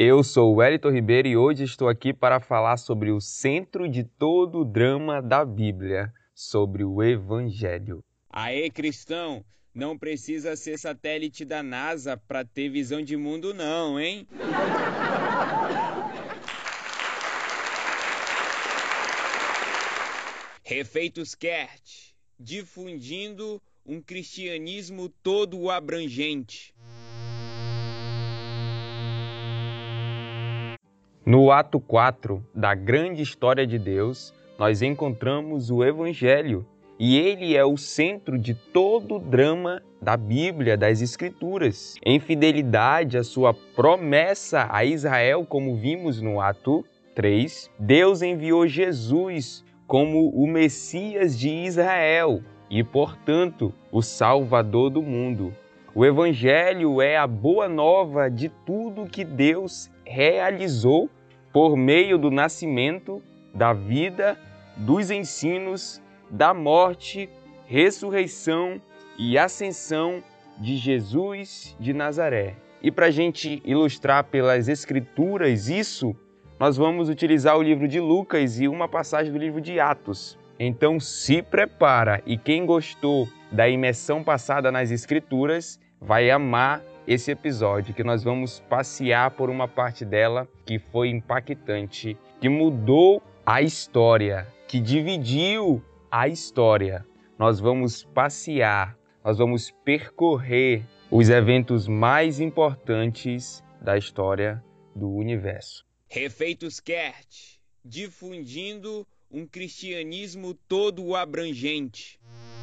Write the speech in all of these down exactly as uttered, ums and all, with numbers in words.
Eu sou o Wellington Ribeiro e hoje estou aqui para falar sobre o centro de todo o drama da Bíblia, sobre o Evangelho. Aê, cristão, não precisa ser satélite da NASA para ter visão de mundo não, hein? Refeitos Kert, difundindo um cristianismo todo abrangente. No ato quatro da grande história de Deus, nós encontramos o Evangelho, e ele é o centro de todo o drama da Bíblia, das Escrituras. Em fidelidade à sua promessa a Israel, como vimos no ato três, Deus enviou Jesus como o Messias de Israel e, portanto, o Salvador do mundo. O Evangelho é a boa nova de tudo que Deus realizou por meio do nascimento, da vida, dos ensinos, da morte, ressurreição e ascensão de Jesus de Nazaré. E para a gente ilustrar pelas Escrituras isso, nós vamos utilizar o livro de Lucas e uma passagem do livro de Atos. Então se prepara, e quem gostou da imersão passada nas Escrituras vai amar esse episódio, que nós vamos passear por uma parte dela que foi impactante, que mudou a história, que dividiu a história. Nós vamos passear, nós vamos percorrer os eventos mais importantes da história do universo. Refeitos Kert, difundindo um cristianismo todo abrangente.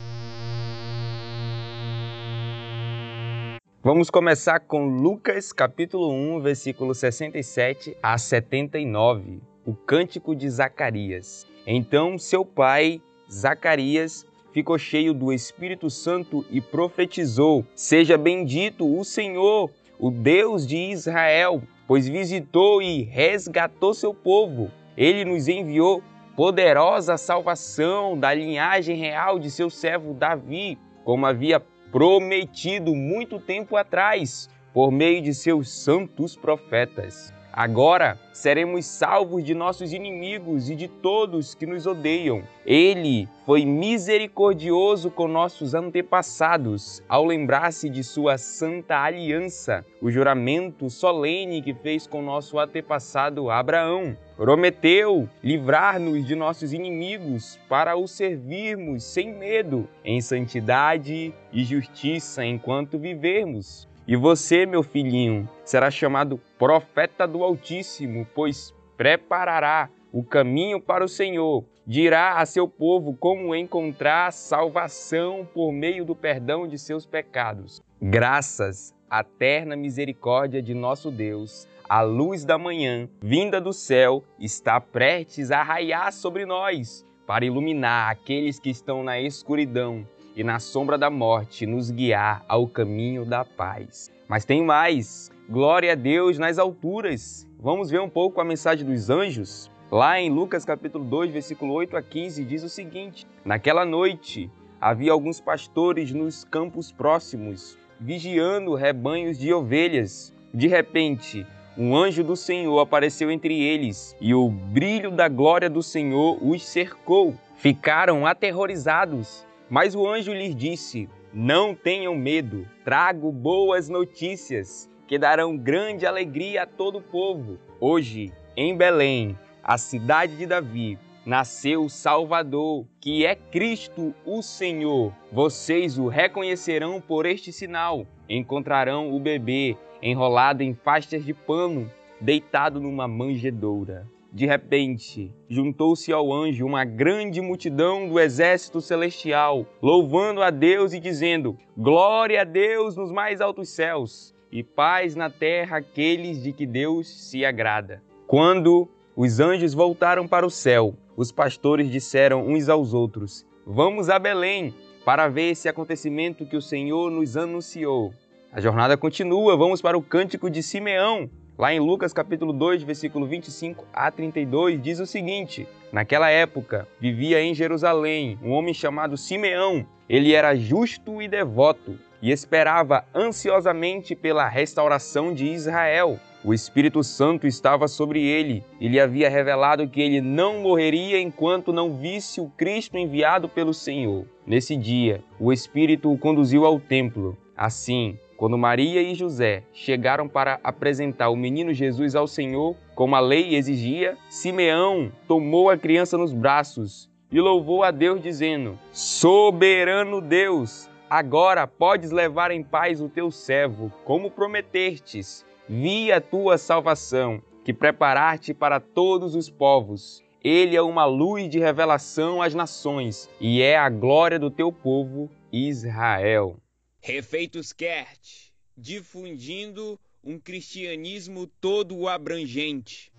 Vamos começar com Lucas capítulo um, versículo sessenta e sete a setenta e nove, o Cântico de Zacarias. Então seu pai, Zacarias, ficou cheio do Espírito Santo e profetizou: Seja bendito o Senhor, o Deus de Israel, pois visitou e resgatou seu povo. Ele nos enviou poderosa salvação da linhagem real de seu servo Davi, como havia prometido muito tempo atrás, por meio de seus santos profetas. Agora seremos salvos de nossos inimigos e de todos que nos odeiam. Ele foi misericordioso com nossos antepassados, ao lembrar-se de sua santa aliança, o juramento solene que fez com nosso antepassado Abraão. Prometeu livrar-nos de nossos inimigos para o servirmos sem medo, em santidade e justiça enquanto vivermos. E você, meu filhinho, será chamado profeta do Altíssimo, pois preparará o caminho para o Senhor. Dirá a seu povo como encontrar salvação por meio do perdão de seus pecados. Graças à eterna misericórdia de nosso Deus, a luz da manhã, vinda do céu, está prestes a raiar sobre nós, para iluminar aqueles que estão na escuridão e na sombra da morte, nos guiar ao caminho da paz. Mas tem mais! Glória a Deus nas alturas! Vamos ver um pouco a mensagem dos anjos? Lá em Lucas capítulo dois, versículo oito a quinze, diz o seguinte: Naquela noite havia alguns pastores nos campos próximos, vigiando rebanhos de ovelhas. De repente, um anjo do Senhor apareceu entre eles, e o brilho da glória do Senhor os cercou. Ficaram aterrorizados. Mas o anjo lhes disse: Não tenham medo, trago boas notícias, que darão grande alegria a todo o povo. Hoje, em Belém, a cidade de Davi, nasceu o Salvador, que é Cristo o Senhor. Vocês o reconhecerão por este sinal. Encontrarão o bebê enrolado em faixas de pano, deitado numa manjedoura. De repente, juntou-se ao anjo uma grande multidão do exército celestial, louvando a Deus e dizendo: Glória a Deus nos mais altos céus, e paz na terra àqueles de que Deus se agrada. Quando os anjos voltaram para o céu, os pastores disseram uns aos outros: Vamos a Belém, para ver esse acontecimento que o Senhor nos anunciou. A jornada continua, vamos para o Cântico de Simeão. Lá em Lucas capítulo dois, versículo vinte e cinco a trinta e dois, diz o seguinte: Naquela época, vivia em Jerusalém um homem chamado Simeão. Ele era justo e devoto e esperava ansiosamente pela restauração de Israel. O Espírito Santo estava sobre ele e lhe havia revelado que ele não morreria enquanto não visse o Cristo enviado pelo Senhor. Nesse dia, o Espírito o conduziu ao templo. Assim, quando Maria e José chegaram para apresentar o menino Jesus ao Senhor, como a lei exigia, Simeão tomou a criança nos braços e louvou a Deus, dizendo: Soberano Deus, agora podes levar em paz o teu servo, como prometestes. Vi a tua salvação, que preparaste para todos os povos. Ele é uma luz de revelação às nações, e é a glória do teu povo, Israel. Refeitos Kert, difundindo um cristianismo todo abrangente.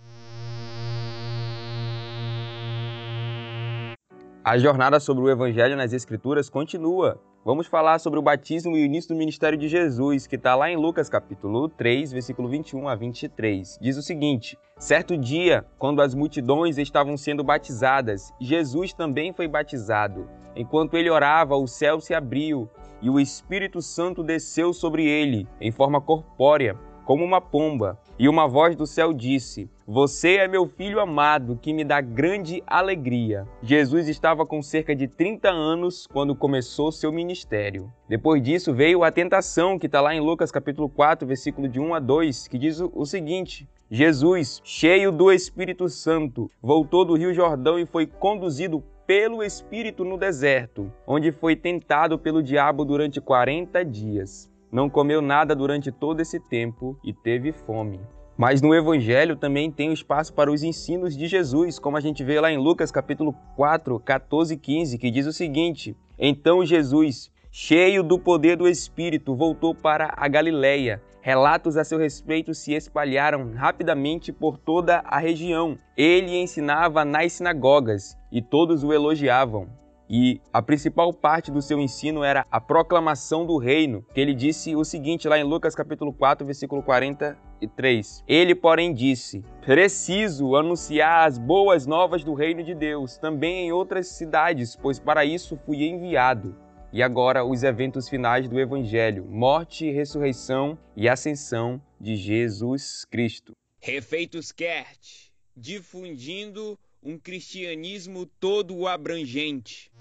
A jornada sobre o Evangelho nas Escrituras continua. Vamos falar sobre o batismo e o início do ministério de Jesus, que está lá em Lucas capítulo três, versículo vinte e um a vinte e três. Diz o seguinte: certo dia, quando as multidões estavam sendo batizadas, Jesus também foi batizado. Enquanto ele orava, o céu se abriu e o Espírito Santo desceu sobre ele, em forma corpórea, como uma pomba. E uma voz do céu disse: Você é meu filho amado, que me dá grande alegria. Jesus estava com cerca de trinta anos quando começou seu ministério. Depois disso veio a tentação, que está lá em Lucas capítulo quatro, versículo de um a dois, que diz o seguinte: Jesus, cheio do Espírito Santo, voltou do rio Jordão e foi conduzido pelo Espírito no deserto, onde foi tentado pelo diabo durante quarenta dias. Não comeu nada durante todo esse tempo e teve fome. Mas no Evangelho também tem espaço para os ensinos de Jesus, como a gente vê lá em Lucas capítulo quatro, quatorze e quinze, que diz o seguinte: Então Jesus, cheio do poder do Espírito, voltou para a Galileia. Relatos a seu respeito se espalharam rapidamente por toda a região. Ele ensinava nas sinagogas e todos o elogiavam. E a principal parte do seu ensino era a proclamação do reino, que ele disse o seguinte lá em Lucas capítulo quatro, versículo quarenta e três. Ele, porém, disse: Preciso anunciar as boas novas do reino de Deus, também em outras cidades, pois para isso fui enviado. E agora os eventos finais do Evangelho: morte, ressurreição e ascensão de Jesus Cristo. Refeitos Kert, difundindo um cristianismo todo abrangente.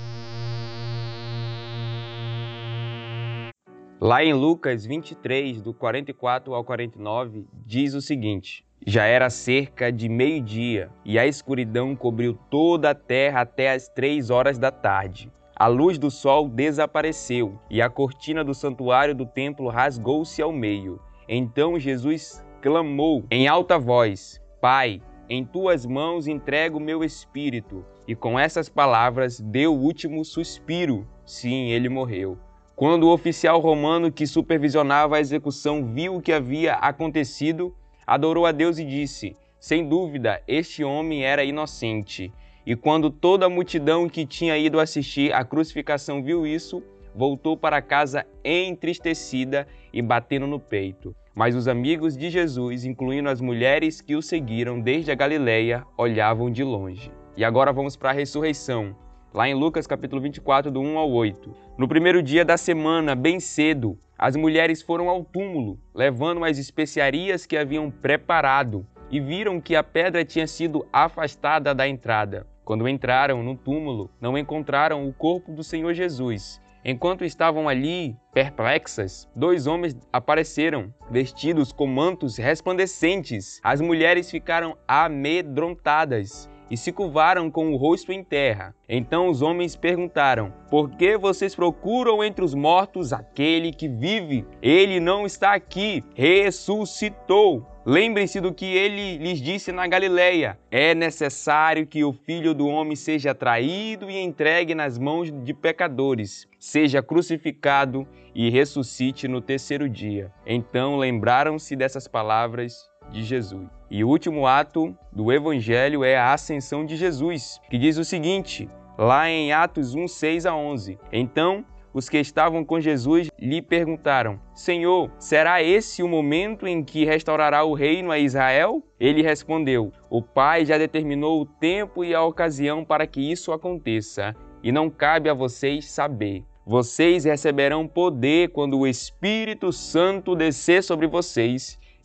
Lá em Lucas vinte e três, do quarenta e quatro ao quarenta e nove, diz o seguinte: Já era cerca de meio-dia, e a escuridão cobriu toda a terra até as três horas da tarde. A luz do sol desapareceu, e a cortina do santuário do templo rasgou-se ao meio. Então Jesus clamou em alta voz: Pai, em tuas mãos entrego o meu espírito. E com essas palavras deu o último suspiro. Sim, ele morreu. Quando o oficial romano que supervisionava a execução viu o que havia acontecido, adorou a Deus e disse: Sem dúvida, este homem era inocente. E quando toda a multidão que tinha ido assistir à crucificação viu isso, voltou para casa entristecida e batendo no peito. Mas os amigos de Jesus, incluindo as mulheres que o seguiram desde a Galileia, olhavam de longe. E agora vamos para a ressurreição. Lá em Lucas capítulo vinte e quatro, do um ao oito. No primeiro dia da semana, bem cedo, as mulheres foram ao túmulo, levando as especiarias que haviam preparado, e viram que a pedra tinha sido afastada da entrada. Quando entraram no túmulo, não encontraram o corpo do Senhor Jesus. Enquanto estavam ali, perplexas, dois homens apareceram, vestidos com mantos resplandecentes. As mulheres ficaram amedrontadas e se curvaram com o rosto em terra. Então os homens perguntaram: Por que vocês procuram entre os mortos aquele que vive? Ele não está aqui, ressuscitou. Lembrem-se do que ele lhes disse na Galileia: é necessário que o Filho do Homem seja traído e entregue nas mãos de pecadores, seja crucificado e ressuscite no terceiro dia. Então lembraram-se dessas palavras de Jesus. E o último ato do Evangelho é a ascensão de Jesus, que diz o seguinte, lá em Atos um, seis a onze. Então os que estavam com Jesus lhe perguntaram: Senhor, será esse o momento em que restaurará o reino a Israel? Ele respondeu: O Pai já determinou o tempo e a ocasião para que isso aconteça, e não cabe a vocês saber. Vocês receberão poder quando o Espírito Santo descer sobre vocês,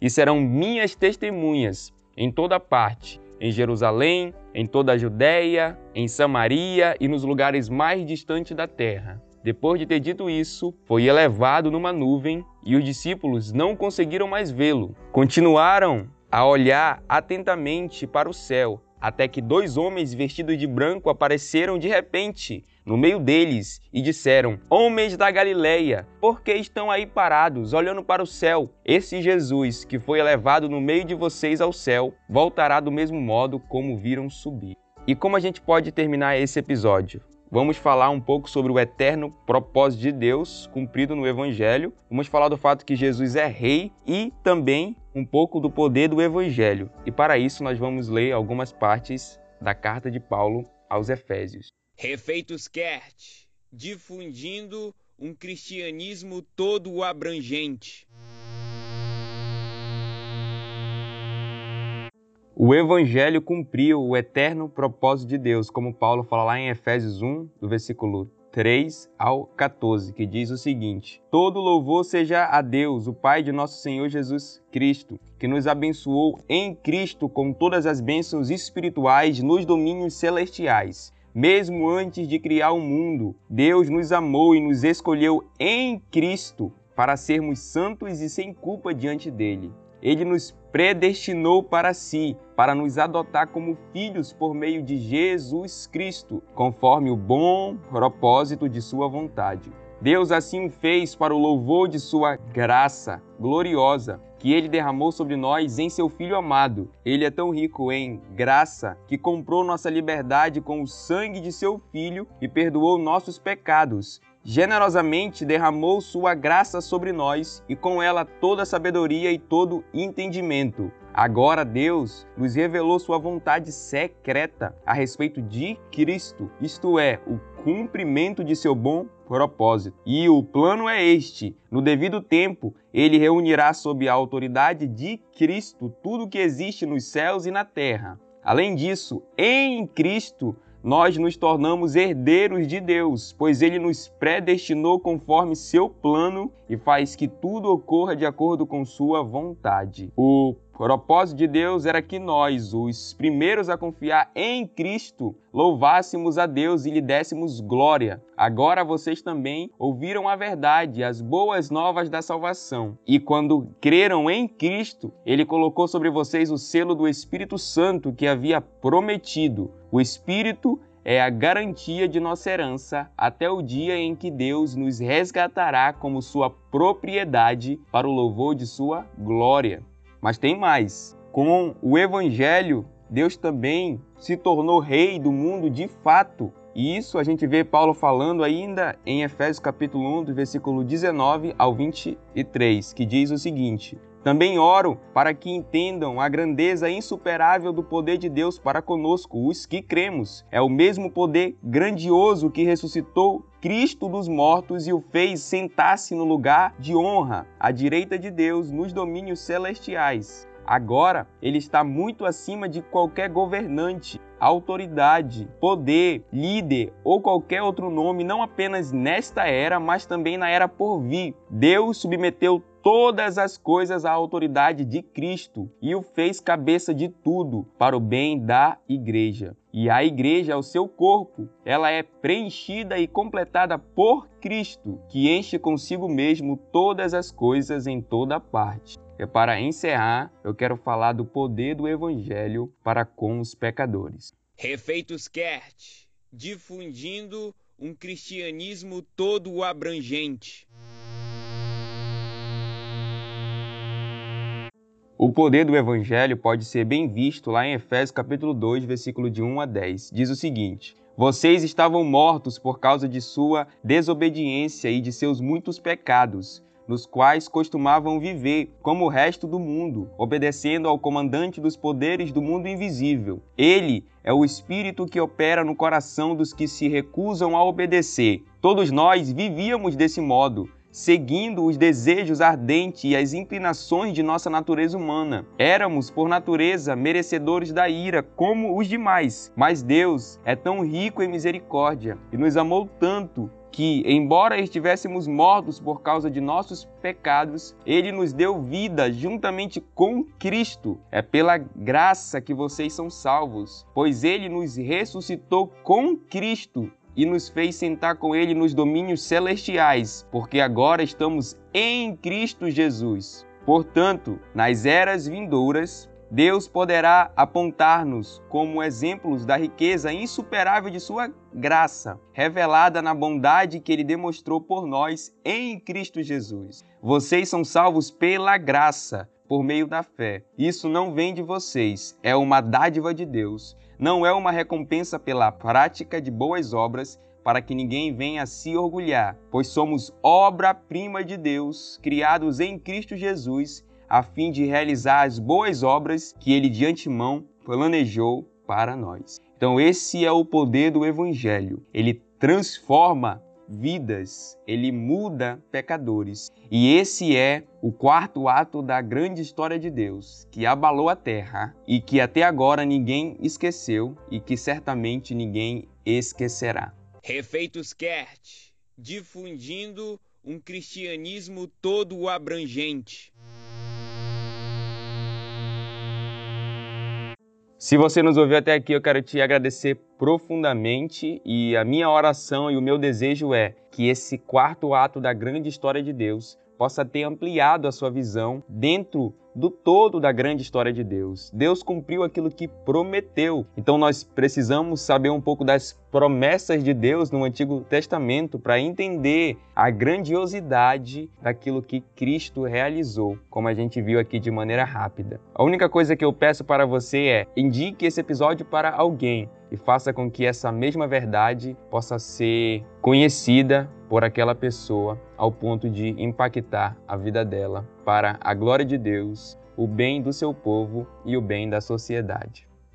e serão minhas testemunhas em toda parte, em Jerusalém, em toda a Judéia, em Samaria e nos lugares mais distantes da terra. Depois de ter dito isso, foi elevado numa nuvem e os discípulos não conseguiram mais vê-lo. Continuaram a olhar atentamente para o céu, até que dois homens vestidos de branco apareceram de repente no meio deles e disseram: Homens da Galileia, por que estão aí parados, olhando para o céu? Esse Jesus, que foi elevado no meio de vocês ao céu, voltará do mesmo modo como viram subir. E como a gente pode terminar esse episódio? Vamos falar um pouco sobre o eterno propósito de Deus cumprido no Evangelho. Vamos falar do fato que Jesus é rei e também um pouco do poder do Evangelho. E para isso nós vamos ler algumas partes da carta de Paulo aos Efésios. Refeitos Kert, difundindo um cristianismo todo abrangente. O Evangelho cumpriu o eterno propósito de Deus, como Paulo fala lá em Efésios um, do versículo três ao quatorze, que diz o seguinte: Todo louvor seja a Deus, o Pai de nosso Senhor Jesus Cristo, que nos abençoou em Cristo com todas as bênçãos espirituais nos domínios celestiais. Mesmo antes de criar o mundo, Deus nos amou e nos escolheu em Cristo para sermos santos e sem culpa diante dele. Ele nos predestinou para si, para nos adotar como filhos por meio de Jesus Cristo, conforme o bom propósito de sua vontade. Deus assim o fez para o louvor de sua graça gloriosa, que ele derramou sobre nós em seu Filho amado. Ele é tão rico em graça que comprou nossa liberdade com o sangue de seu Filho e perdoou nossos pecados. Generosamente derramou sua graça sobre nós e com ela toda a sabedoria e todo entendimento. Agora Deus nos revelou sua vontade secreta a respeito de Cristo, isto é, o cumprimento de seu bom propósito. E o plano é este: no devido tempo, ele reunirá sob a autoridade de Cristo tudo o que existe nos céus e na terra. Além disso, em Cristo, nós nos tornamos herdeiros de Deus, pois ele nos predestinou conforme seu plano e faz que tudo ocorra de acordo com sua vontade. O propósito de Deus era que nós, os primeiros a confiar em Cristo, louvássemos a Deus e lhe dessemos glória. Agora vocês também ouviram a verdade, as boas novas da salvação. E quando creram em Cristo, ele colocou sobre vocês o selo do Espírito Santo que havia prometido. O Espírito é a garantia de nossa herança até o dia em que Deus nos resgatará como sua propriedade para o louvor de sua glória. Mas tem mais. Com o Evangelho, Deus também se tornou rei do mundo de fato. E isso a gente vê Paulo falando ainda em Efésios capítulo um, do versículo dezenove ao vinte e três, que diz o seguinte: Também oro para que entendam a grandeza insuperável do poder de Deus para conosco, os que cremos. É o mesmo poder grandioso que ressuscitou Cristo dos mortos e o fez sentar-se no lugar de honra, à direita de Deus, nos domínios celestiais. Agora, ele está muito acima de qualquer governante, autoridade, poder, líder ou qualquer outro nome, não apenas nesta era, mas também na era por vir. Deus submeteu todas as coisas à autoridade de Cristo e o fez cabeça de tudo para o bem da igreja. E a igreja é o seu corpo. Ela é preenchida e completada por Cristo, que enche consigo mesmo todas as coisas em toda parte. E para encerrar, eu quero falar do poder do Evangelho para com os pecadores. Refeitos Kert, difundindo um cristianismo todo abrangente. O poder do Evangelho pode ser bem visto lá em Efésios capítulo dois, versículo de um a dez. Diz o seguinte: Vocês estavam mortos por causa de sua desobediência e de seus muitos pecados, nos quais costumavam viver, como o resto do mundo, obedecendo ao comandante dos poderes do mundo invisível. Ele é o Espírito que opera no coração dos que se recusam a obedecer. Todos nós vivíamos desse modo, seguindo os desejos ardentes e as inclinações de nossa natureza humana. Éramos, por natureza, merecedores da ira, como os demais. Mas Deus é tão rico em misericórdia e nos amou tanto que, embora estivéssemos mortos por causa de nossos pecados, Ele nos deu vida juntamente com Cristo. É pela graça que vocês são salvos, pois Ele nos ressuscitou com Cristo e nos fez sentar com Ele nos domínios celestiais, porque agora estamos em Cristo Jesus. Portanto, nas eras vindouras, Deus poderá apontar-nos como exemplos da riqueza insuperável de sua graça, revelada na bondade que Ele demonstrou por nós em Cristo Jesus. Vocês são salvos pela graça, por meio da fé. Isso não vem de vocês, é uma dádiva de Deus. Não é uma recompensa pela prática de boas obras, para que ninguém venha a se orgulhar, pois somos obra-prima de Deus, criados em Cristo Jesus, a fim de realizar as boas obras que Ele de antemão planejou para nós. Então esse é o poder do Evangelho. Ele transforma vidas, ele muda pecadores. E esse é o quarto ato da grande história de Deus, que abalou a terra e que até agora ninguém esqueceu e que certamente ninguém esquecerá. Refeitos Kert, difundindo um cristianismo todo abrangente. Se você nos ouviu até aqui, eu quero te agradecer profundamente e a minha oração e o meu desejo é que esse quarto ato da grande história de Deus possa ter ampliado a sua visão dentro do todo da grande história de Deus. Deus cumpriu aquilo que prometeu. Então nós precisamos saber um pouco das promessas de Deus no Antigo Testamento para entender a grandiosidade daquilo que Cristo realizou, como a gente viu aqui de maneira rápida. A única coisa que eu peço para você é: indique esse episódio para alguém e faça com que essa mesma verdade possa ser conhecida por aquela pessoa ao ponto de impactar a vida dela para a glória de Deus, o bem do seu povo e o bem da sociedade.